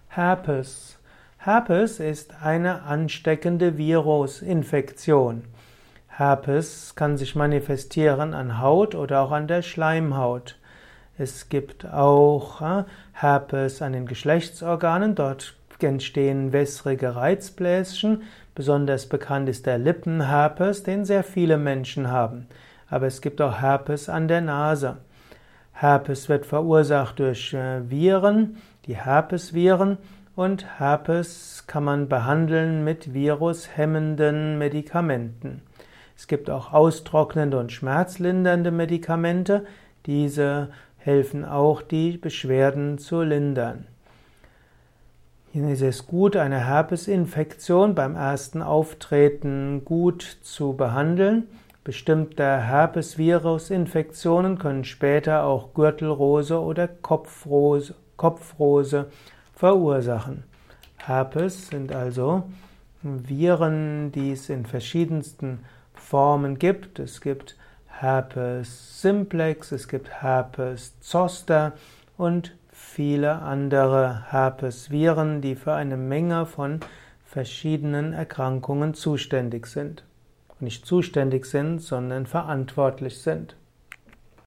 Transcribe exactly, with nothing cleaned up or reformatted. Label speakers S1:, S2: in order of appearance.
S1: Herpes. Herpes ist eine ansteckende Virusinfektion. Herpes kann sich manifestieren an Haut oder auch an der Schleimhaut. Es gibt auch äh, Herpes an den Geschlechtsorganen. Dort entstehen wässrige Reizbläschen. Besonders bekannt ist der Lippenherpes, den sehr viele Menschen haben. Aber es gibt auch Herpes an der Nase. Herpes wird verursacht durch äh, Viren, die Herpesviren, und Herpes kann man behandeln mit virushemmenden Medikamenten. Es gibt auch austrocknende und schmerzlindernde Medikamente. Diese helfen auch, die Beschwerden zu lindern. Hier ist es gut, eine Herpesinfektion beim ersten Auftreten gut zu behandeln. Bestimmte Herpesvirusinfektionen können später auch Gürtelrose oder Kopfrose, Kopfrose verursachen. Herpes sind also Viren, die es in verschiedensten Formen gibt. Es gibt Herpes simplex, es gibt Herpes zoster und viele andere Herpesviren, die für eine Menge von verschiedenen Erkrankungen zuständig sind. Nicht zuständig sind, sondern verantwortlich sind.